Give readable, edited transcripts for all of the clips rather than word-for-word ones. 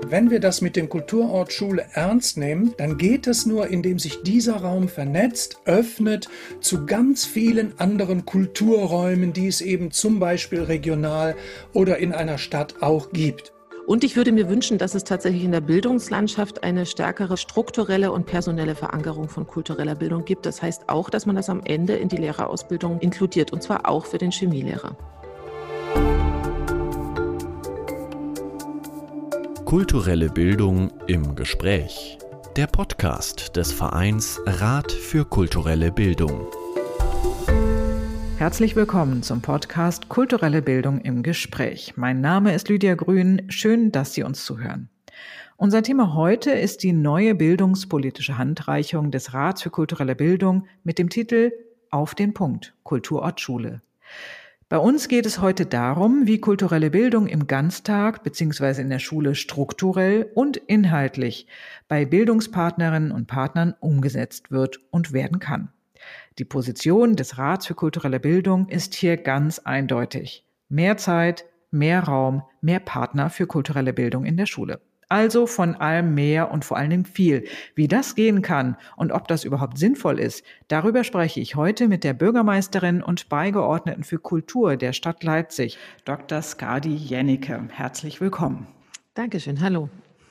Wenn wir das mit dem Kulturort Schule ernst nehmen, dann geht es nur, indem sich dieser Raum vernetzt, öffnet zu ganz vielen anderen Kulturräumen, die es eben zum Beispiel regional oder in einer Stadt auch gibt. Und ich würde mir wünschen, dass es tatsächlich in der Bildungslandschaft eine stärkere strukturelle und personelle Verankerung von kultureller Bildung gibt. Das heißt auch, dass man das am Ende in die Lehrerausbildung inkludiert, und zwar auch für den Chemielehrer. Kulturelle Bildung im Gespräch. Der Podcast des Vereins Rat für kulturelle Bildung. Herzlich willkommen zum Podcast Kulturelle Bildung im Gespräch. Mein Name ist Lydia Grün. Schön, dass Sie uns zuhören. Unser Thema heute ist die neue bildungspolitische Handreichung des Rats für kulturelle Bildung mit dem Titel Auf den Punkt – Kulturort Schule. Bei uns geht es heute darum, wie kulturelle Bildung im Ganztag bzw. in der Schule strukturell und inhaltlich bei Bildungspartnerinnen und Partnern umgesetzt wird und werden kann. Die Position des Rats für kulturelle Bildung ist hier ganz eindeutig. Mehr Zeit, mehr Raum, mehr Partner für kulturelle Bildung in der Schule. Also von allem mehr und vor allen Dingen viel. Wie das gehen kann und ob das überhaupt sinnvoll ist, darüber spreche ich heute mit der Bürgermeisterin und Beigeordneten für Kultur der Stadt Leipzig, Dr. Skadi Jennecke. Herzlich willkommen. Dankeschön, hallo.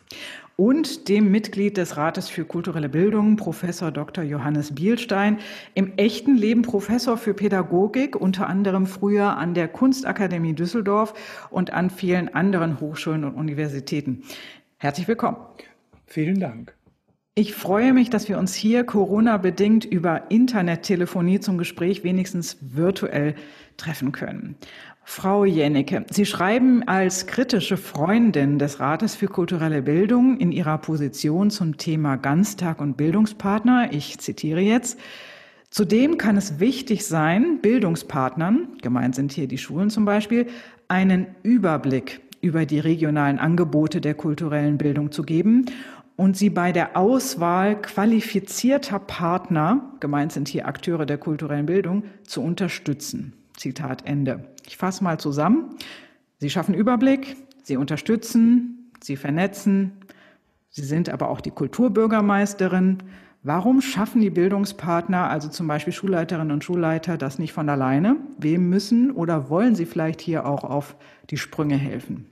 Und dem Mitglied des Rates für kulturelle Bildung, Professor Dr. Johannes Bielstein, im echten Leben Professor für Pädagogik, unter anderem früher an der Kunstakademie Düsseldorf und an vielen anderen Hochschulen und Universitäten. Herzlich willkommen. Vielen Dank. Ich freue mich, dass wir uns hier Corona-bedingt über Internettelefonie zum Gespräch wenigstens virtuell treffen können. Frau Jennecke, Sie schreiben als kritische Freundin des Rates für kulturelle Bildung in Ihrer Position zum Thema Ganztag und Bildungspartner, ich zitiere jetzt: Zudem kann es wichtig sein, Bildungspartnern, gemeint sind hier die Schulen zum Beispiel, einen Überblick über die regionalen Angebote der kulturellen Bildung zu geben und sie bei der Auswahl qualifizierter Partner, gemeint sind hier Akteure der kulturellen Bildung, zu unterstützen. Zitat Ende. Ich fasse mal zusammen. Sie schaffen Überblick, Sie unterstützen, Sie vernetzen, Sie sind aber auch die Kulturbürgermeisterin. Warum schaffen die Bildungspartner, also zum Beispiel Schulleiterinnen und Schulleiter, das nicht von alleine? Wem müssen oder wollen Sie vielleicht hier auch auf die Sprünge helfen?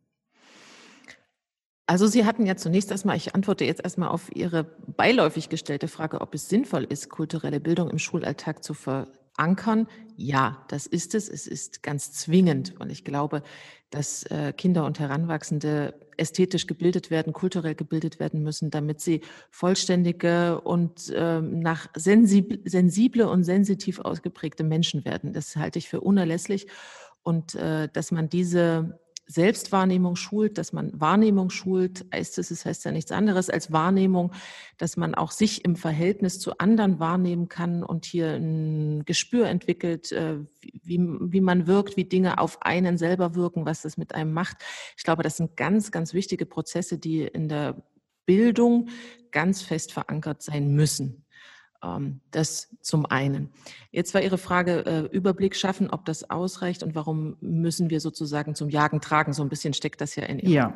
Also Sie hatten ja zunächst erstmal, ich antworte jetzt erstmal auf Ihre beiläufig gestellte Frage, ob es sinnvoll ist, kulturelle Bildung im Schulalltag zu verankern. Ja, das ist es. Es ist ganz zwingend, weil ich glaube, dass Kinder und Heranwachsende ästhetisch gebildet werden, kulturell gebildet werden müssen, damit sie vollständige und nach sensible und sensitiv ausgeprägte Menschen werden. Das halte ich für unerlässlich. Und dass man diese Selbstwahrnehmung schult, dass man Wahrnehmung schult, heißt ja nichts anderes als Wahrnehmung, dass man auch sich im Verhältnis zu anderen wahrnehmen kann und hier ein Gespür entwickelt, wie man wirkt, wie Dinge auf einen selber wirken, was das mit einem macht. Ich glaube, das sind ganz, ganz wichtige Prozesse, die in der Bildung ganz fest verankert sein müssen. Das zum einen. Jetzt war Ihre Frage, Überblick schaffen, ob das ausreicht und warum müssen wir sozusagen zum Jagen tragen. So ein bisschen steckt das ja in Ihrer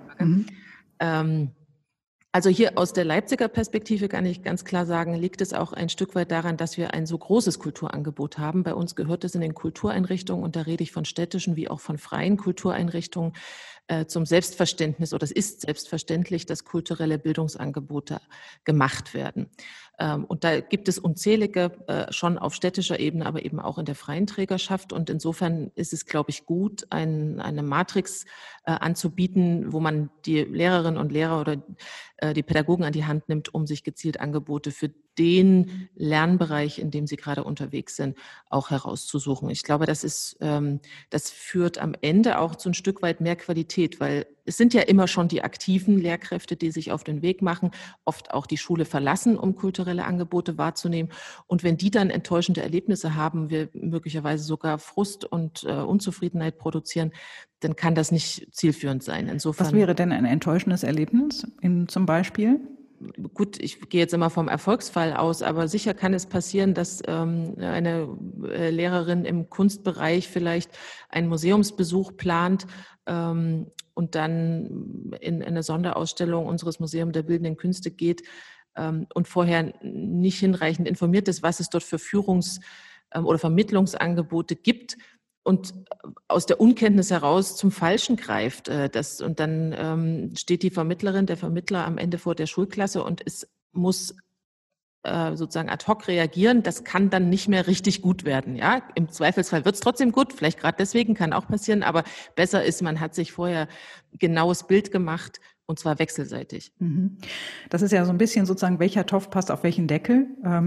Frage. Also hier aus der Leipziger Perspektive kann ich ganz klar sagen, liegt es auch ein Stück weit daran, dass wir ein so großes Kulturangebot haben. Bei uns gehört es in den Kultureinrichtungen, und da rede ich von städtischen wie auch von freien Kultureinrichtungen, zum Selbstverständnis, oder es ist selbstverständlich, dass kulturelle Bildungsangebote gemacht werden. Und da gibt es unzählige, schon auf städtischer Ebene, aber eben auch in der freien Trägerschaft. Und insofern ist es, glaube ich, gut, eine Matrix anzubieten, wo man die Lehrerinnen und Lehrer oder die Pädagogen an die Hand nimmt, um sich gezielt Angebote für den Lernbereich, in dem sie gerade unterwegs sind, auch herauszusuchen. Ich glaube, das führt am Ende auch zu ein Stück weit mehr Qualität, weil es sind ja immer schon die aktiven Lehrkräfte, die sich auf den Weg machen, oft auch die Schule verlassen, um kulturelle Angebote wahrzunehmen. Und wenn die dann enttäuschende Erlebnisse haben, wir möglicherweise sogar Frust und Unzufriedenheit produzieren, dann kann das nicht zielführend sein. Insofern, was wäre denn ein enttäuschendes Erlebnis zum Beispiel? Gut, ich gehe jetzt immer vom Erfolgsfall aus, aber sicher kann es passieren, dass eine Lehrerin im Kunstbereich vielleicht einen Museumsbesuch plant und dann in eine Sonderausstellung unseres Museums der Bildenden Künste geht und vorher nicht hinreichend informiert ist, was es dort für Führungs- oder Vermittlungsangebote gibt und aus der Unkenntnis heraus zum Falschen greift. Und dann steht die Vermittlerin, der Vermittler am Ende vor der Schulklasse und es muss sozusagen ad hoc reagieren. Das kann dann nicht mehr richtig gut werden. Ja, im Zweifelsfall wird es trotzdem gut, vielleicht gerade deswegen, kann auch passieren, aber besser ist, man hat sich vorher genaues Bild gemacht, und zwar wechselseitig. Das ist ja so ein bisschen sozusagen, welcher Topf passt auf welchen Deckel.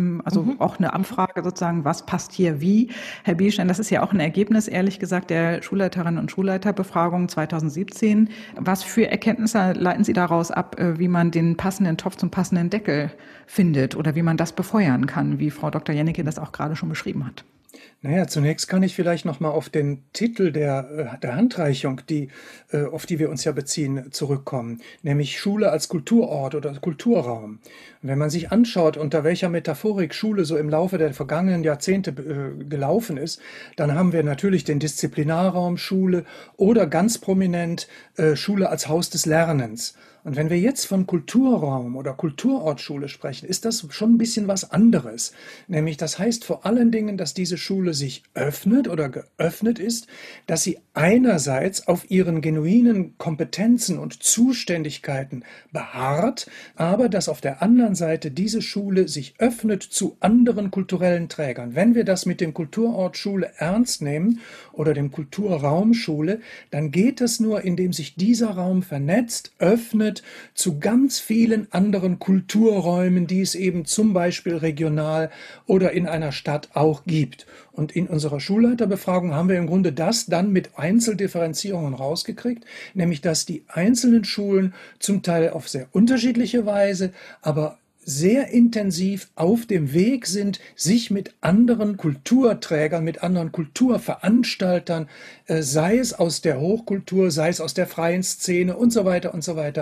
Auch eine Abfrage sozusagen, was passt hier wie. Herr Bielstein, das ist ja auch ein Ergebnis, ehrlich gesagt, der Schulleiterinnen und Schulleiterbefragung 2017. Was für Erkenntnisse leiten Sie daraus ab, wie man den passenden Topf zum passenden Deckel findet oder wie man das befeuern kann, wie Frau Dr. Jennecke das auch gerade schon beschrieben hat? Naja, zunächst kann ich vielleicht nochmal auf den Titel der Handreichung, auf die wir uns ja beziehen, zurückkommen, nämlich Schule als Kulturort oder Kulturraum. Und wenn man sich anschaut, unter welcher Metaphorik Schule so im Laufe der vergangenen Jahrzehnte gelaufen ist, dann haben wir natürlich den Disziplinarraum Schule oder ganz prominent Schule als Haus des Lernens. Und wenn wir jetzt von Kulturraum oder Kulturortschule sprechen, ist das schon ein bisschen was anderes. Nämlich das heißt vor allen Dingen, dass diese Schule sich öffnet oder geöffnet ist, dass sie einerseits auf ihren genuinen Kompetenzen und Zuständigkeiten beharrt, aber dass auf der anderen Seite diese Schule sich öffnet zu anderen kulturellen Trägern. Wenn wir das mit dem Kulturort Schule ernst nehmen oder dem Kulturraum Schule, dann geht es nur, indem sich dieser Raum vernetzt, öffnet, zu ganz vielen anderen Kulturräumen, die es eben zum Beispiel regional oder in einer Stadt auch gibt. Und in unserer Schulleiterbefragung haben wir im Grunde das dann mit Einzeldifferenzierungen rausgekriegt, nämlich dass die einzelnen Schulen zum Teil auf sehr unterschiedliche Weise, aber sehr intensiv auf dem Weg sind, sich mit anderen Kulturträgern, mit anderen Kulturveranstaltern, sei es aus der Hochkultur, sei es aus der freien Szene und so weiter,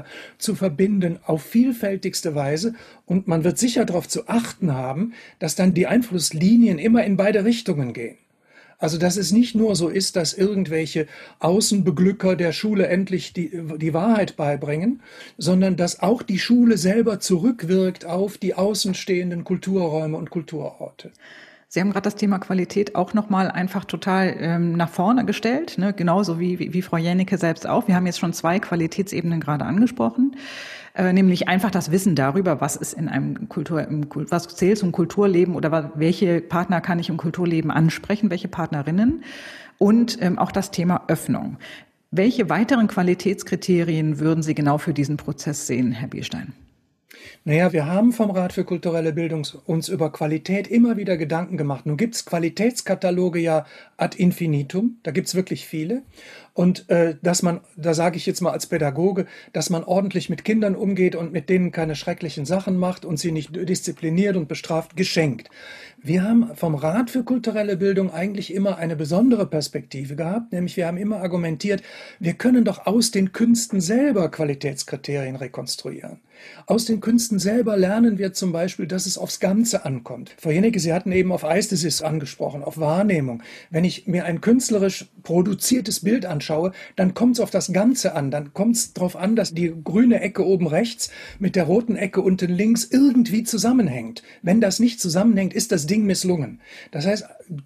zu verbinden auf vielfältigste Weise. Und man wird sicher darauf zu achten haben, dass dann die Einflusslinien immer in beide Richtungen gehen. Also dass es nicht nur so ist, dass irgendwelche Außenbeglücker der Schule endlich die Wahrheit beibringen, sondern dass auch die Schule selber zurückwirkt auf die außenstehenden Kulturräume und Kulturorte. Sie haben gerade das Thema Qualität auch nochmal einfach total nach vorne gestellt, ne? Genauso wie Frau Jennecke selbst auch. Wir haben jetzt schon 2 Qualitätsebenen gerade angesprochen, nämlich einfach das Wissen darüber, was ist in einem was zählt zum Kulturleben oder welche Partner kann ich im Kulturleben ansprechen, welche Partnerinnen und auch das Thema Öffnung. Welche weiteren Qualitätskriterien würden Sie genau für diesen Prozess sehen, Herr Bielstein? Naja, wir haben vom Rat für kulturelle Bildung uns über Qualität immer wieder Gedanken gemacht. Nun gibt es Qualitätskataloge ja ad infinitum, da gibt es wirklich viele. Und dass man, da sage ich jetzt mal als Pädagoge, dass man ordentlich mit Kindern umgeht und mit denen keine schrecklichen Sachen macht und sie nicht diszipliniert und bestraft, geschenkt. Wir haben vom Rat für kulturelle Bildung eigentlich immer eine besondere Perspektive gehabt, nämlich wir haben immer argumentiert, wir können doch aus den Künsten selber Qualitätskriterien rekonstruieren. Aus den Künsten selber lernen wir zum Beispiel, dass es aufs Ganze ankommt. Frau Jennecke, Sie hatten eben auf Ästhesis angesprochen, auf Wahrnehmung. Wenn ich mir ein künstlerisch produziertes Bild anschaue, dann kommt es auf das Ganze an. Dann kommt es darauf an, dass die grüne Ecke oben rechts mit der roten Ecke unten links irgendwie zusammenhängt. Wenn das nicht zusammenhängt, ist das Ding misslungen. Das heißt,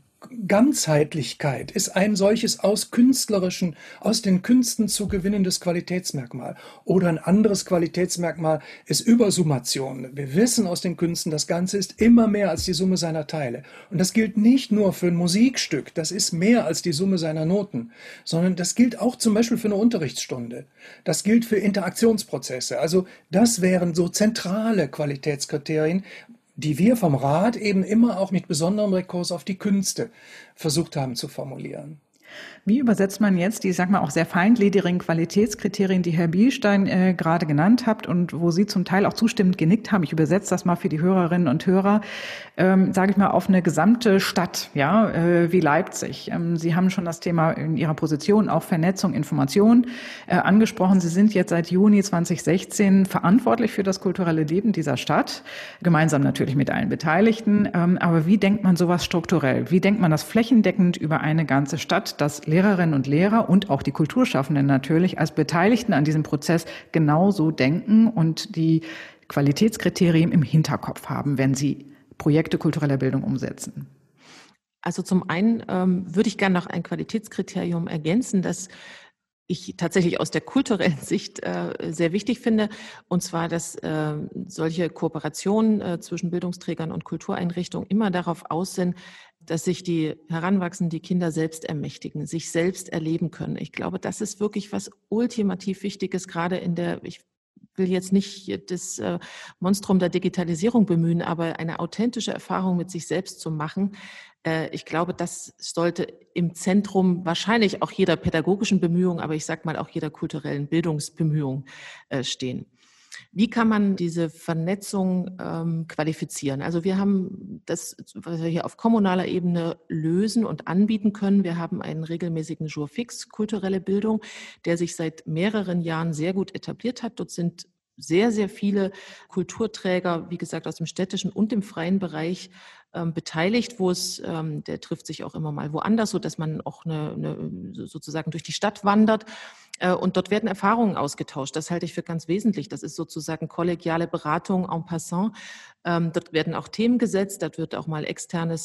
Ganzheitlichkeit ist ein solches aus den Künsten zu gewinnendes Qualitätsmerkmal. Oder ein anderes Qualitätsmerkmal ist Übersummation. Wir wissen aus den Künsten, das Ganze ist immer mehr als die Summe seiner Teile. Und das gilt nicht nur für ein Musikstück, das ist mehr als die Summe seiner Noten, sondern das gilt auch zum Beispiel für eine Unterrichtsstunde. Das gilt für Interaktionsprozesse. Also das wären so zentrale Qualitätskriterien, die wir vom Rat eben immer auch mit besonderem Rekurs auf die Künste versucht haben zu formulieren. Wie übersetzt man jetzt die, sag mal, auch sehr feingliedrigen Qualitätskriterien, die Herr Bielstein gerade genannt hat und wo Sie zum Teil auch zustimmend genickt haben? Ich übersetze das mal für die Hörerinnen und Hörer, sage ich mal, auf eine gesamte Stadt, ja, wie Leipzig. Sie haben schon das Thema in Ihrer Position auch Vernetzung, Information angesprochen. Sie sind jetzt seit Juni 2016 verantwortlich für das kulturelle Leben dieser Stadt, gemeinsam natürlich mit allen Beteiligten. Aber wie denkt man sowas strukturell? Wie denkt man das flächendeckend über eine ganze Stadt, dass Lehrerinnen und Lehrer und auch die Kulturschaffenden natürlich als Beteiligten an diesem Prozess genauso denken und die Qualitätskriterien im Hinterkopf haben, wenn sie Projekte kultureller Bildung umsetzen? Also zum einen würde ich gerne noch ein Qualitätskriterium ergänzen, das ich tatsächlich aus der kulturellen Sicht sehr wichtig finde, und zwar, dass solche Kooperationen zwischen Bildungsträgern und Kultureinrichtungen immer darauf aus sind, dass sich die Heranwachsenden, die Kinder selbst ermächtigen, sich selbst erleben können. Ich glaube, das ist wirklich was ultimativ Wichtiges, gerade ich will jetzt nicht das Monstrum der Digitalisierung bemühen, aber eine authentische Erfahrung mit sich selbst zu machen. Ich glaube, das sollte im Zentrum wahrscheinlich auch jeder pädagogischen Bemühung, aber ich sage mal auch jeder kulturellen Bildungsbemühung stehen. Wie kann man diese Vernetzung qualifizieren? Also wir haben das, was wir hier auf kommunaler Ebene lösen und anbieten können. Wir haben einen regelmäßigen Jour fix kulturelle Bildung, der sich seit mehreren Jahren sehr gut etabliert hat. Dort sind sehr, sehr viele Kulturträger, wie gesagt, aus dem städtischen und dem freien Bereich beteiligt, der trifft sich auch immer mal woanders, so dass man auch sozusagen durch die Stadt wandert. Und dort werden Erfahrungen ausgetauscht. Das halte ich für ganz wesentlich. Das ist sozusagen kollegiale Beratung en passant. Dort werden auch Themen gesetzt. Dort wird auch mal externe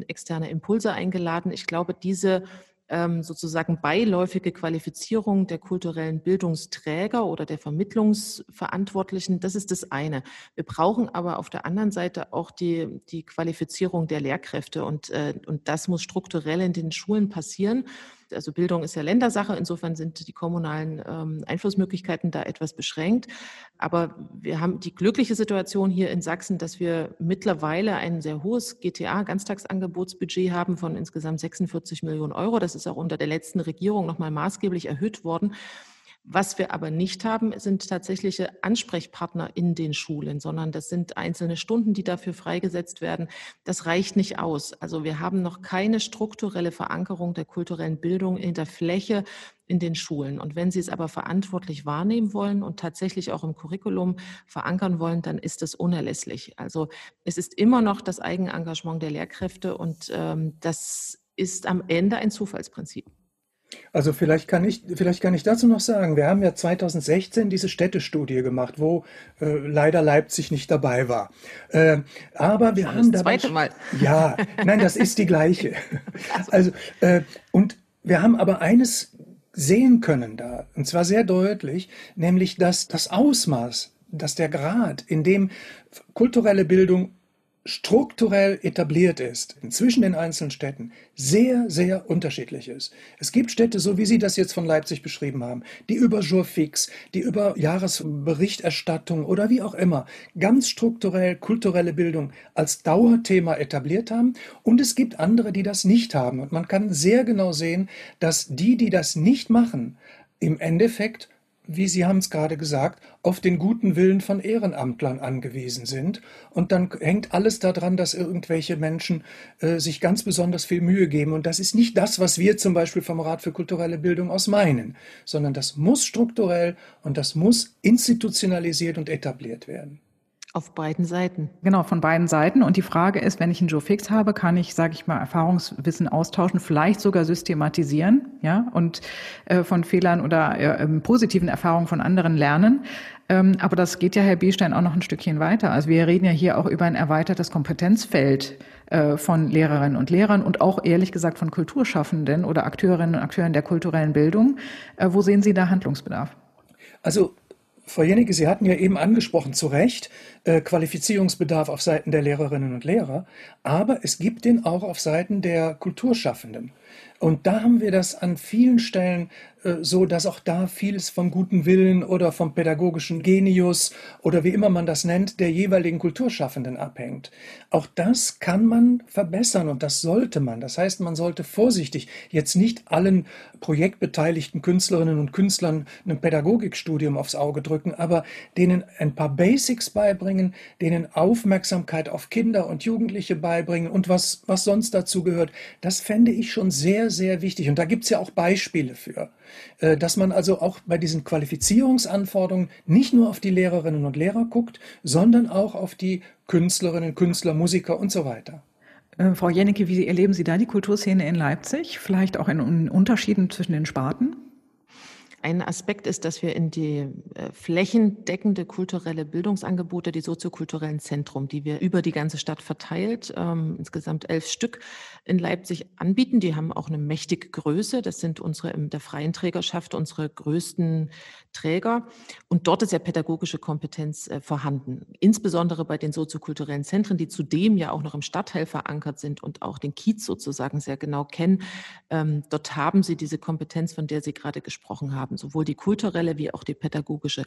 Impulse eingeladen. Ich glaube, diese sozusagen beiläufige Qualifizierung der kulturellen Bildungsträger oder der Vermittlungsverantwortlichen, das ist das eine. Wir brauchen aber auf der anderen Seite auch die Qualifizierung der Lehrkräfte und das muss strukturell in den Schulen passieren. Also Bildung ist ja Ländersache, insofern sind die kommunalen Einflussmöglichkeiten da etwas beschränkt. Aber wir haben die glückliche Situation hier in Sachsen, dass wir mittlerweile ein sehr hohes GTA-Ganztagsangebotsbudget haben von insgesamt 46 Millionen Euro. Das ist auch unter der letzten Regierung nochmal maßgeblich erhöht worden. Was wir aber nicht haben, sind tatsächliche Ansprechpartner in den Schulen, sondern das sind einzelne Stunden, die dafür freigesetzt werden. Das reicht nicht aus. Also wir haben noch keine strukturelle Verankerung der kulturellen Bildung in der Fläche in den Schulen. Und wenn Sie es aber verantwortlich wahrnehmen wollen und tatsächlich auch im Curriculum verankern wollen, dann ist das unerlässlich. Also es ist immer noch das Eigenengagement der Lehrkräfte und das ist am Ende ein Zufallsprinzip. Also vielleicht kann ich dazu noch sagen, wir haben ja 2016 diese Städtestudie gemacht, wo leider Leipzig nicht dabei war. Aber wir haben das zweite Mal. Ja, nein, das ist die gleiche. Also und wir haben aber eines sehen können da, und zwar sehr deutlich, nämlich dass das Ausmaß, dass der Grad, in dem kulturelle Bildung strukturell etabliert ist, zwischen den einzelnen Städten, sehr, sehr unterschiedlich ist. Es gibt Städte, so wie Sie das jetzt von Leipzig beschrieben haben, die über Jour fix, die über Jahresberichterstattung oder wie auch immer ganz strukturell kulturelle Bildung als Dauerthema etabliert haben. Und es gibt andere, die das nicht haben. Und man kann sehr genau sehen, dass die das nicht machen, im Endeffekt, wie Sie haben es gerade gesagt, auf den guten Willen von Ehrenamtlern angewiesen sind. Und dann hängt alles daran, dass irgendwelche Menschen sich ganz besonders viel Mühe geben. Und das ist nicht das, was wir zum Beispiel vom Rat für kulturelle Bildung aus meinen, sondern das muss strukturell und das muss institutionalisiert und etabliert werden. Auf beiden Seiten. Genau, von beiden Seiten. Und die Frage ist, wenn ich einen Jour fix habe, kann ich, sage ich mal, Erfahrungswissen austauschen, vielleicht sogar systematisieren, ja, und von Fehlern oder positiven Erfahrungen von anderen lernen. Aber das geht ja, Herr Bierstein, auch noch ein Stückchen weiter. Also wir reden ja hier auch über ein erweitertes Kompetenzfeld von Lehrerinnen und Lehrern und auch ehrlich gesagt von Kulturschaffenden oder Akteurinnen und Akteuren der kulturellen Bildung. Wo sehen Sie da Handlungsbedarf? Also Frau Jennecke, Sie hatten ja eben angesprochen, zu Recht, Qualifizierungsbedarf auf Seiten der Lehrerinnen und Lehrer, aber es gibt den auch auf Seiten der Kulturschaffenden. Und da haben wir das an vielen Stellen so, dass auch da vieles vom guten Willen oder vom pädagogischen Genius oder wie immer man das nennt, der jeweiligen Kulturschaffenden abhängt. Auch das kann man verbessern und das sollte man. Das heißt, man sollte vorsichtig jetzt nicht allen projektbeteiligten Künstlerinnen und Künstlern ein Pädagogikstudium aufs Auge drücken, aber denen ein paar Basics beibringen, denen Aufmerksamkeit auf Kinder und Jugendliche beibringen und was sonst dazu gehört. Das fände ich schon sehr, sehr wichtig. Und da gibt es ja auch Beispiele für, dass man also auch bei diesen Qualifizierungsanforderungen nicht nur auf die Lehrerinnen und Lehrer guckt, sondern auch auf die Künstlerinnen, Künstler, Musiker und so weiter. Frau Jennecke, wie erleben Sie da die Kulturszene in Leipzig? Vielleicht auch in Unterschieden zwischen den Sparten? Ein Aspekt ist, dass wir in die flächendeckende kulturelle Bildungsangebote, die soziokulturellen Zentren, die wir über die ganze Stadt verteilt, insgesamt 11 Stück in Leipzig anbieten. Die haben auch eine mächtige Größe. Das sind unsere in der freien Trägerschaft unsere größten Träger. Und dort ist ja pädagogische Kompetenz vorhanden. Insbesondere bei den soziokulturellen Zentren, die zudem ja auch noch im Stadtteil verankert sind und auch den Kiez sozusagen sehr genau kennen. Dort haben sie diese Kompetenz, von der Sie gerade gesprochen haben, sowohl die kulturelle wie auch die pädagogische.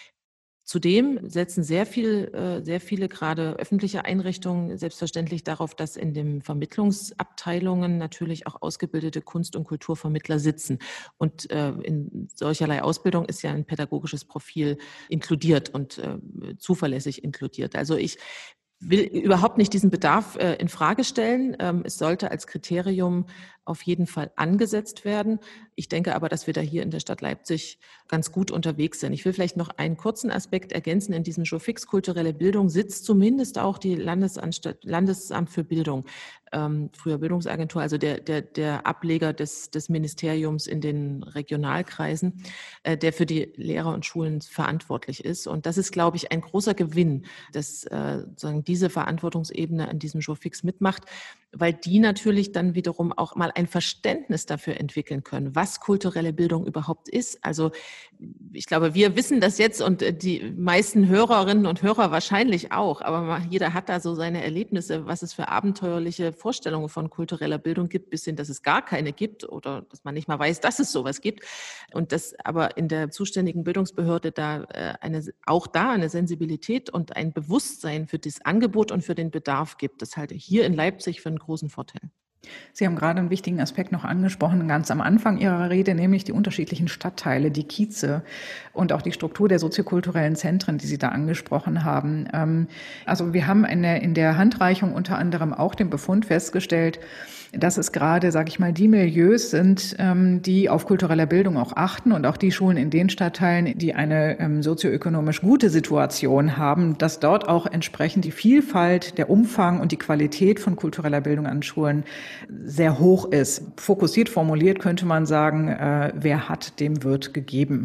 Zudem setzen sehr viele gerade öffentliche Einrichtungen selbstverständlich darauf, dass in den Vermittlungsabteilungen natürlich auch ausgebildete Kunst- und Kulturvermittler sitzen. Und in solcherlei Ausbildung ist ja ein pädagogisches Profil inkludiert und zuverlässig inkludiert. Also ich will überhaupt nicht diesen Bedarf in Frage stellen. Es sollte als Kriterium auf jeden Fall angesetzt werden. Ich denke aber, dass wir da hier in der Stadt Leipzig ganz gut unterwegs sind. Ich will vielleicht noch einen kurzen Aspekt ergänzen. In diesem Showfix kulturelle Bildung sitzt zumindest auch die Landesamt für Bildung, früher Bildungsagentur, also der Ableger des Ministeriums in den Regionalkreisen, der für die Lehrer und Schulen verantwortlich ist. Und das ist, glaube ich, ein großer Gewinn, dass sozusagen diese Verantwortungsebene an diesem Showfix mitmacht, weil die natürlich dann wiederum auch mal ein Verständnis dafür entwickeln können, was kulturelle Bildung überhaupt ist. Also ich glaube, wir wissen das jetzt und die meisten Hörerinnen und Hörer wahrscheinlich auch, aber jeder hat da so seine Erlebnisse, was es für abenteuerliche Vorstellungen von kultureller Bildung gibt, bis hin, dass es gar keine gibt oder dass man nicht mal weiß, dass es sowas gibt. Und dass aber in der zuständigen Bildungsbehörde da auch eine Sensibilität und ein Bewusstsein für das Angebot und für den Bedarf gibt. Das halte ich hier in Leipzig für einen großen Vorteil. Sie haben gerade einen wichtigen Aspekt noch angesprochen, ganz am Anfang Ihrer Rede, nämlich die unterschiedlichen Stadtteile, die Kieze und auch die Struktur der soziokulturellen Zentren, die Sie da angesprochen haben. Also wir haben in der Handreichung unter anderem auch den Befund festgestellt, dass es gerade, sage ich mal, die Milieus sind, die auf kulturelle Bildung auch achten und auch die Schulen in den Stadtteilen, die eine sozioökonomisch gute Situation haben, dass dort auch entsprechend die Vielfalt, der Umfang und die Qualität von kultureller Bildung an Schulen sehr hoch ist. Fokussiert formuliert könnte man sagen, wer hat, dem wird gegeben.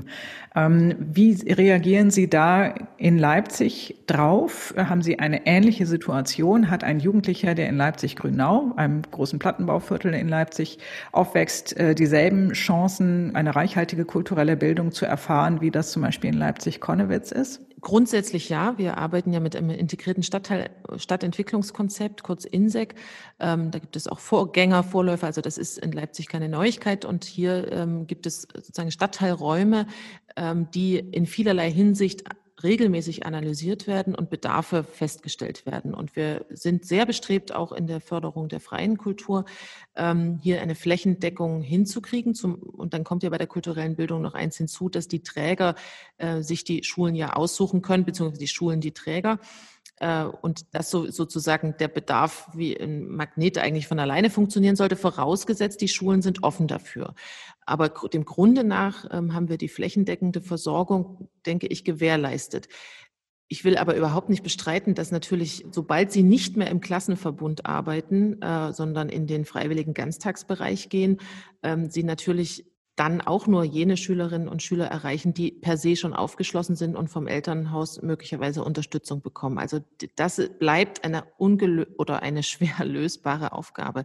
Wie reagieren Sie da in Leipzig drauf? Haben Sie eine ähnliche Situation? Hat ein Jugendlicher, der in Leipzig-Grünau, einem großen Plattenbauviertel in Leipzig, aufwächst, dieselben Chancen, eine reichhaltige kulturelle Bildung zu erfahren, wie das zum Beispiel in Leipzig-Konnewitz ist? Grundsätzlich ja. Wir arbeiten ja mit einem integrierten Stadtentwicklungskonzept, kurz INSEC. Da gibt es auch Vorläufer. Also das ist in Leipzig keine Neuigkeit. Und hier gibt es sozusagen Stadtteilräume, die in vielerlei Hinsicht regelmäßig analysiert werden und Bedarfe festgestellt werden. Und wir sind sehr bestrebt, auch in der Förderung der freien Kultur hier eine Flächendeckung hinzukriegen. Und dann kommt ja bei der kulturellen Bildung noch eins hinzu, dass die Träger sich die Schulen ja aussuchen können, beziehungsweise die Schulen die Träger. Und dass sozusagen der Bedarf wie ein Magnet eigentlich von alleine funktionieren sollte, vorausgesetzt, die Schulen sind offen dafür. Aber dem Grunde nach haben wir die flächendeckende Versorgung, denke ich, gewährleistet. Ich will aber überhaupt nicht bestreiten, dass natürlich, sobald sie nicht mehr im Klassenverbund arbeiten, sondern in den freiwilligen Ganztagsbereich gehen, sie natürlich dann auch nur jene Schülerinnen und Schüler erreichen, die per se schon aufgeschlossen sind und vom Elternhaus möglicherweise Unterstützung bekommen. Also das bleibt eine eine schwer lösbare Aufgabe.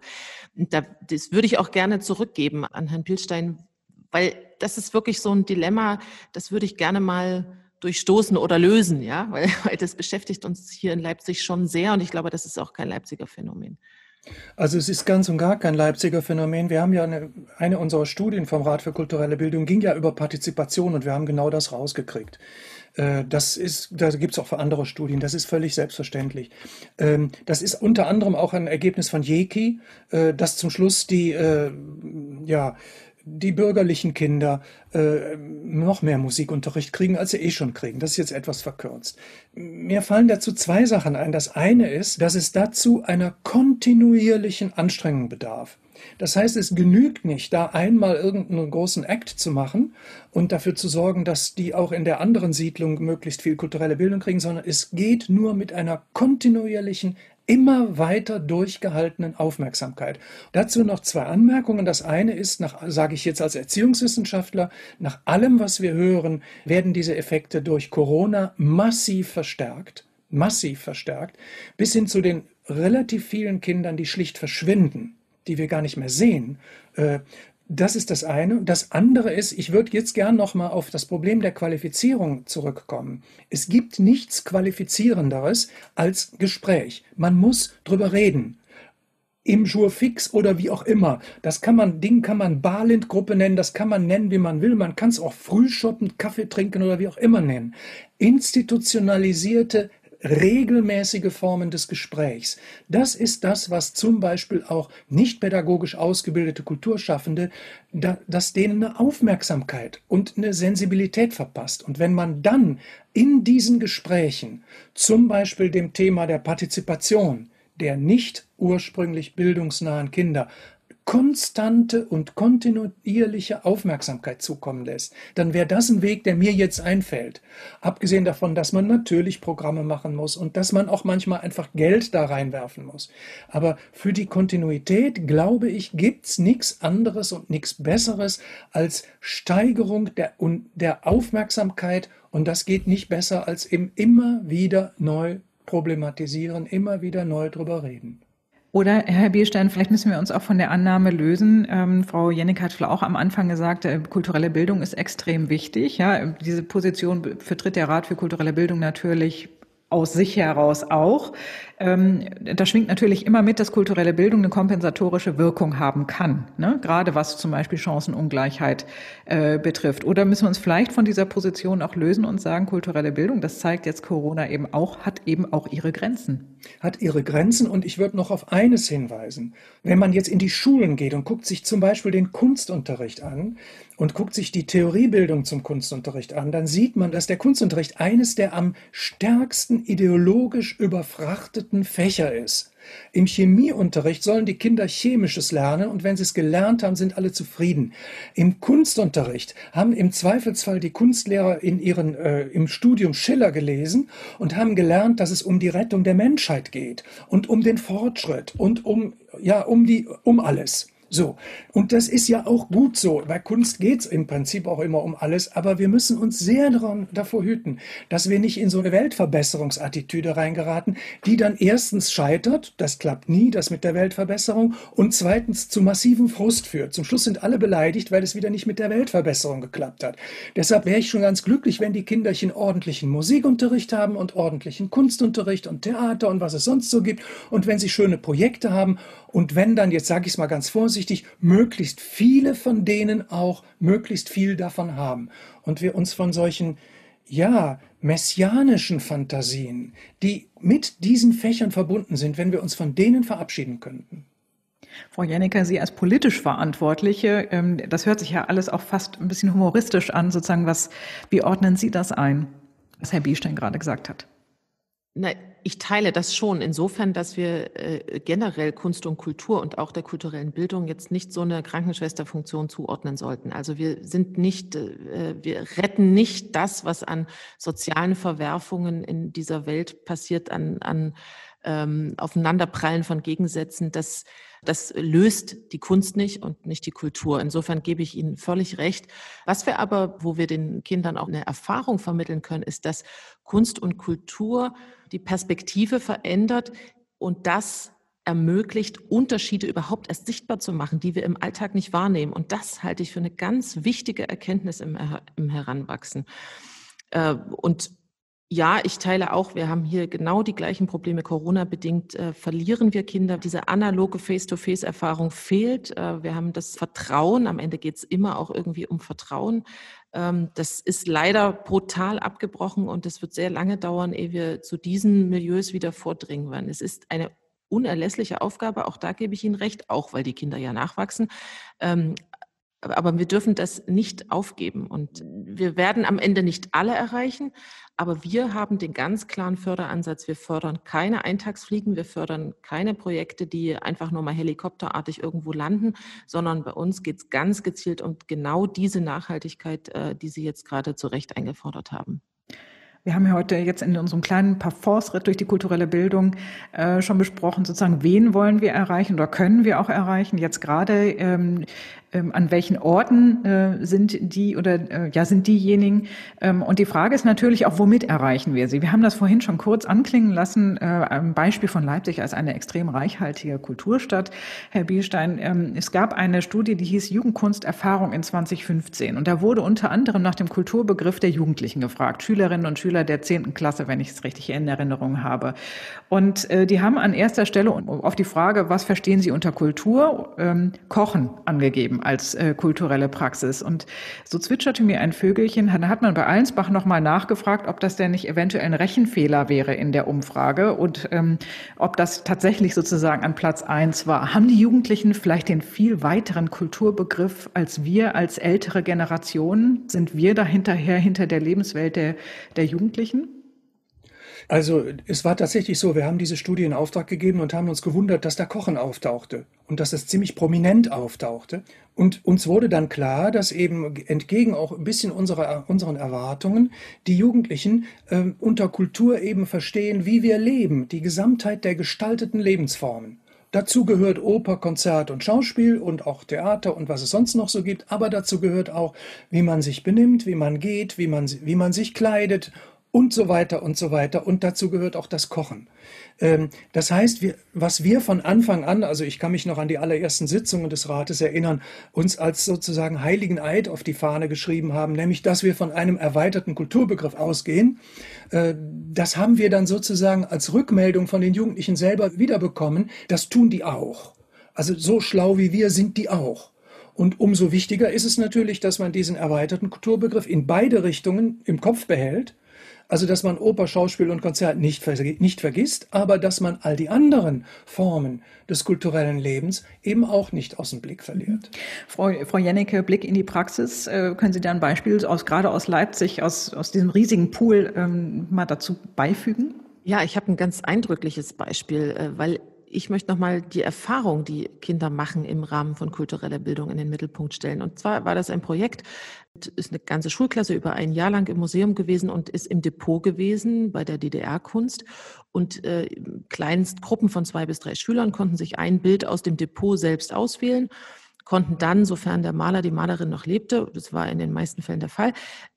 Das würde ich auch gerne zurückgeben an Herrn Pilstein, weil das ist wirklich so ein Dilemma, das würde ich gerne mal durchstoßen oder lösen, ja, weil das beschäftigt uns hier in Leipzig schon sehr und ich glaube, das ist auch kein Leipziger Phänomen. Also es ist ganz und gar kein Leipziger Phänomen. Wir haben ja eine unserer Studien vom Rat für kulturelle Bildung ging ja über Partizipation und wir haben genau das rausgekriegt. Da gibt es auch für andere Studien, das ist völlig selbstverständlich. Das ist unter anderem auch ein Ergebnis von JEKI, dass zum Schluss die bürgerlichen Kinder noch mehr Musikunterricht kriegen, als sie schon kriegen. Das ist jetzt etwas verkürzt. Mir fallen dazu zwei Sachen ein. Das eine ist, dass es dazu einer kontinuierlichen Anstrengung bedarf. Das heißt, es genügt nicht, da einmal irgendeinen großen Act zu machen und dafür zu sorgen, dass die auch in der anderen Siedlung möglichst viel kulturelle Bildung kriegen, sondern es geht nur mit einer kontinuierlichen, immer weiter durchgehaltenen Aufmerksamkeit. Dazu noch 2 Anmerkungen. Das eine ist, sage ich jetzt als Erziehungswissenschaftler, nach allem, was wir hören, werden diese Effekte durch Corona massiv verstärkt, bis hin zu den relativ vielen Kindern, die schlicht verschwinden, die wir gar nicht mehr sehen. Das ist das eine. Das andere ist, ich würde jetzt gern nochmal auf das Problem der Qualifizierung zurückkommen. Es gibt nichts Qualifizierenderes als Gespräch. Man muss drüber reden. Im Jour fix oder wie auch immer. Ding kann man Barlind-Gruppe nennen, das kann man nennen, wie man will. Man kann es auch Frühschoppen, Kaffee trinken oder wie auch immer nennen. Institutionalisierte regelmäßige Formen des Gesprächs. Das ist das, was zum Beispiel auch nicht pädagogisch ausgebildete Kulturschaffende, dass denen eine Aufmerksamkeit und eine Sensibilität verpasst. Und wenn man dann in diesen Gesprächen, zum Beispiel dem Thema der Partizipation der nicht ursprünglich bildungsnahen Kinder, konstante und kontinuierliche Aufmerksamkeit zukommen lässt, dann wäre das ein Weg, der mir jetzt einfällt. Abgesehen davon, dass man natürlich Programme machen muss und dass man auch manchmal einfach Geld da reinwerfen muss. Aber für die Kontinuität, glaube ich, gibt's nichts anderes und nichts Besseres als Steigerung der Aufmerksamkeit, und das geht nicht besser als immer wieder neu problematisieren, immer wieder neu drüber reden. Oder, Herr Bierstein, vielleicht müssen wir uns auch von der Annahme lösen. Frau Jennecke hat auch am Anfang gesagt, kulturelle Bildung ist extrem wichtig. Ja, diese Position vertritt der Rat für kulturelle Bildung natürlich aus sich heraus auch. Da schwingt natürlich immer mit, dass kulturelle Bildung eine kompensatorische Wirkung haben kann, ne? Gerade was zum Beispiel Chancenungleichheit betrifft. Oder müssen wir uns vielleicht von dieser Position auch lösen und sagen, kulturelle Bildung, das zeigt jetzt Corona eben auch, hat eben auch ihre Grenzen. Hat ihre Grenzen, und ich würde noch auf eines hinweisen. Wenn man jetzt in die Schulen geht und guckt sich zum Beispiel den Kunstunterricht an und guckt sich die Theoriebildung zum Kunstunterricht an, dann sieht man, dass der Kunstunterricht eines der am stärksten ideologisch überfrachteten Fächer ist. Im Chemieunterricht sollen die Kinder Chemisches lernen, und wenn sie es gelernt haben, sind alle zufrieden. Im Kunstunterricht haben im Zweifelsfall die Kunstlehrer im Studium Schiller gelesen und haben gelernt, dass es um die Rettung der Menschheit geht und um den Fortschritt und um alles. So, und das ist ja auch gut so. Bei Kunst geht's im Prinzip auch immer um alles, aber wir müssen uns sehr davor hüten, dass wir nicht in so eine Weltverbesserungsattitüde reingeraten, die dann erstens scheitert, das klappt nie, das mit der Weltverbesserung, und zweitens zu massivem Frust führt. Zum Schluss sind alle beleidigt, weil es wieder nicht mit der Weltverbesserung geklappt hat. Deshalb wäre ich schon ganz glücklich, wenn die Kinderchen ordentlichen Musikunterricht haben und ordentlichen Kunstunterricht und Theater und was es sonst so gibt, und wenn sie schöne Projekte haben, und wenn dann, jetzt sage ich es mal ganz vorsichtig, möglichst viele von denen auch möglichst viel davon haben. Und wir uns von solchen, messianischen Fantasien, die mit diesen Fächern verbunden sind, wenn wir uns von denen verabschieden könnten. Frau Jennecke, Sie als politisch Verantwortliche, das hört sich ja alles auch fast ein bisschen humoristisch an, sozusagen, wie ordnen Sie das ein, was Herr Bierstein gerade gesagt hat? Ich teile das schon insofern, dass wir generell Kunst und Kultur und auch der kulturellen Bildung jetzt nicht so eine Krankenschwesterfunktion zuordnen sollten. Also wir retten nicht das, was an sozialen Verwerfungen in dieser Welt passiert, an Aufeinanderprallen von Gegensätzen. Das löst die Kunst nicht und nicht die Kultur. Insofern gebe ich Ihnen völlig recht. Wo wir den Kindern auch eine Erfahrung vermitteln können, ist, dass Kunst und Kultur die Perspektive verändert und das ermöglicht, Unterschiede überhaupt erst sichtbar zu machen, die wir im Alltag nicht wahrnehmen. Und das halte ich für eine ganz wichtige Erkenntnis im Heranwachsen. Und ja, ich teile auch, wir haben hier genau die gleichen Probleme. Corona-bedingt verlieren wir Kinder. Diese analoge Face-to-Face-Erfahrung fehlt. Wir haben das Vertrauen. Am Ende geht es immer auch irgendwie um Vertrauen. Das ist leider brutal abgebrochen, und es wird sehr lange dauern, ehe wir zu diesen Milieus wieder vordringen werden. Es ist eine unerlässliche Aufgabe, auch da gebe ich Ihnen recht, auch weil die Kinder ja nachwachsen. Aber wir dürfen das nicht aufgeben, und wir werden am Ende nicht alle erreichen, aber wir haben den ganz klaren Förderansatz. Wir fördern keine Eintagsfliegen, wir fördern keine Projekte, die einfach nur mal helikopterartig irgendwo landen, sondern bei uns geht es ganz gezielt um genau diese Nachhaltigkeit, die Sie jetzt gerade zu Recht eingefordert haben. Wir haben ja heute jetzt in unserem kleinen Parforce-Ritt durch die kulturelle Bildung schon besprochen, sozusagen, wen wollen wir erreichen oder können wir auch erreichen? Jetzt gerade an welchen Orten sind diejenigen? Und die Frage ist natürlich auch, womit erreichen wir sie? Wir haben das vorhin schon kurz anklingen lassen, ein Beispiel von Leipzig als eine extrem reichhaltige Kulturstadt. Herr Bierstein, es gab eine Studie, die hieß Jugendkunsterfahrung in 2015. Und da wurde unter anderem nach dem Kulturbegriff der Jugendlichen gefragt, Schülerinnen und Schüler der 10. Klasse, wenn ich es richtig in Erinnerung habe. Und die haben an erster Stelle auf die Frage, was verstehen Sie unter Kultur, Kochen angegeben als kulturelle Praxis. Und so zwitscherte mir ein Vögelchen, da hat man bei Allensbach nochmal nachgefragt, ob das denn nicht eventuell ein Rechenfehler wäre in der Umfrage und ob das tatsächlich sozusagen an Platz 1 war. Haben die Jugendlichen vielleicht den viel weiteren Kulturbegriff als wir, als ältere Generationen? Sind wir da hinter der Lebenswelt der Jugendlichen? Also es war tatsächlich so, wir haben diese Studie in Auftrag gegeben und haben uns gewundert, dass da Kochen auftauchte und dass es ziemlich prominent auftauchte. Und uns wurde dann klar, dass eben entgegen auch ein bisschen unseren Erwartungen die Jugendlichen unter Kultur eben verstehen, wie wir leben, die Gesamtheit der gestalteten Lebensformen. Dazu gehört Oper, Konzert und Schauspiel und auch Theater und was es sonst noch so gibt. Aber dazu gehört auch, wie man sich benimmt, wie man geht, wie man sich kleidet und so weiter und so weiter. Und dazu gehört auch das Kochen. Das heißt, was wir von Anfang an, also ich kann mich noch an die allerersten Sitzungen des Rates erinnern, uns als sozusagen heiligen Eid auf die Fahne geschrieben haben, nämlich, dass wir von einem erweiterten Kulturbegriff ausgehen. Das haben wir dann sozusagen als Rückmeldung von den Jugendlichen selber wiederbekommen. Das tun die auch. Also so schlau wie wir sind die auch. Und umso wichtiger ist es natürlich, dass man diesen erweiterten Kulturbegriff in beide Richtungen im Kopf behält. Also, dass man Oper, Schauspiel und Konzert nicht vergisst, aber dass man all die anderen Formen des kulturellen Lebens eben auch nicht aus dem Blick verliert. Frau Jennecke, Blick in die Praxis. Können Sie da ein Beispiel gerade aus Leipzig, aus diesem riesigen Pool mal dazu beifügen? Ja, ich habe ein ganz eindrückliches Beispiel, weil ich möchte nochmal die Erfahrung, die Kinder machen im Rahmen von kultureller Bildung in den Mittelpunkt stellen. Und zwar war das ein Projekt, ist eine ganze Schulklasse über ein Jahr lang im Museum gewesen und ist im Depot gewesen bei der DDR-Kunst. Und kleinst Gruppen von 2 bis 3 Schülern konnten sich ein Bild aus dem Depot selbst auswählen, konnten dann, sofern der Maler, die Malerin noch lebte, das war in den meisten Fällen der Fall,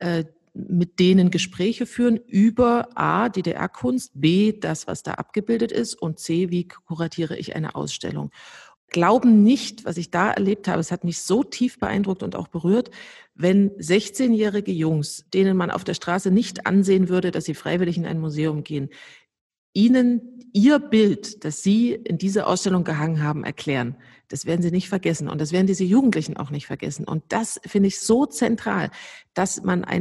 mit denen Gespräche führen über A, DDR-Kunst, B, das, was da abgebildet ist und C, wie kuratiere ich eine Ausstellung. Glauben nicht, was ich da erlebt habe, es hat mich so tief beeindruckt und auch berührt, wenn 16-jährige Jungs, denen man auf der Straße nicht ansehen würde, dass sie freiwillig in ein Museum gehen, ihnen ihr Bild, das sie in diese Ausstellung gehangen haben, erklären. Das werden sie nicht vergessen und das werden diese Jugendlichen auch nicht vergessen. Und das finde ich so zentral, dass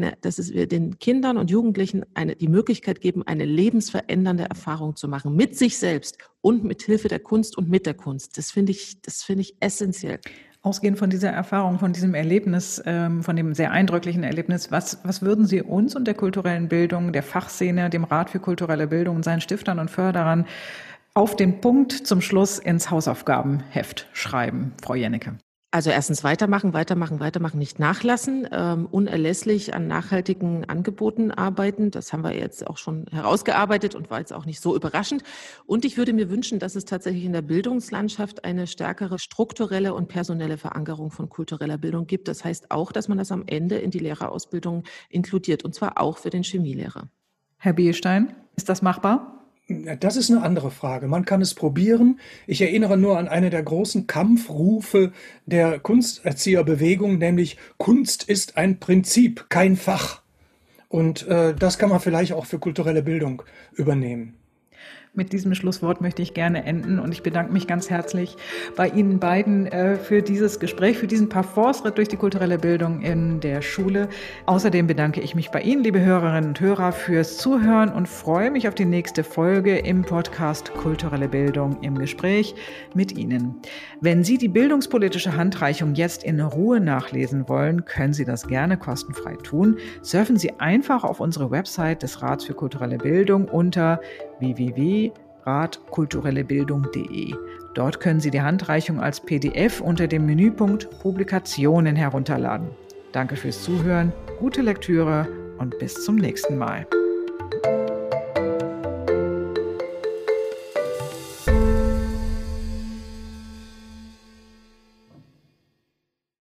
wir den Kindern und Jugendlichen die Möglichkeit geben, eine lebensverändernde Erfahrung zu machen mit sich selbst und mit Hilfe der Kunst und mit der Kunst. Das finde ich essentiell. Ausgehend von dieser Erfahrung, von diesem Erlebnis, von dem sehr eindrücklichen Erlebnis, was würden Sie uns und der kulturellen Bildung, der Fachszene, dem Rat für kulturelle Bildung und seinen Stiftern und Förderern auf den Punkt zum Schluss ins Hausaufgabenheft schreiben, Frau Jennecke? Also erstens weitermachen, nicht nachlassen, unerlässlich an nachhaltigen Angeboten arbeiten. Das haben wir jetzt auch schon herausgearbeitet und war jetzt auch nicht so überraschend. Und ich würde mir wünschen, dass es tatsächlich in der Bildungslandschaft eine stärkere strukturelle und personelle Verankerung von kultureller Bildung gibt. Das heißt auch, dass man das am Ende in die Lehrerausbildung inkludiert, und zwar auch für den Chemielehrer. Herr Bierstein, ist das machbar? Das ist eine andere Frage. Man kann es probieren. Ich erinnere nur an eine der großen Kampfrufe der Kunsterzieherbewegung, nämlich Kunst ist ein Prinzip, kein Fach. Und das kann man vielleicht auch für kulturelle Bildung übernehmen. Mit diesem Schlusswort möchte ich gerne enden und ich bedanke mich ganz herzlich bei Ihnen beiden für dieses Gespräch, für diesen Parforce-Ritt durch die kulturelle Bildung in der Schule. Außerdem bedanke ich mich bei Ihnen, liebe Hörerinnen und Hörer, fürs Zuhören und freue mich auf die nächste Folge im Podcast Kulturelle Bildung im Gespräch mit Ihnen. Wenn Sie die bildungspolitische Handreichung jetzt in Ruhe nachlesen wollen, können Sie das gerne kostenfrei tun. Surfen Sie einfach auf unsere Website des Rats für kulturelle Bildung unter www.ratkulturellebildung.de. Dort können Sie die Handreichung als PDF unter dem Menüpunkt Publikationen herunterladen. Danke fürs Zuhören, gute Lektüre und bis zum nächsten Mal.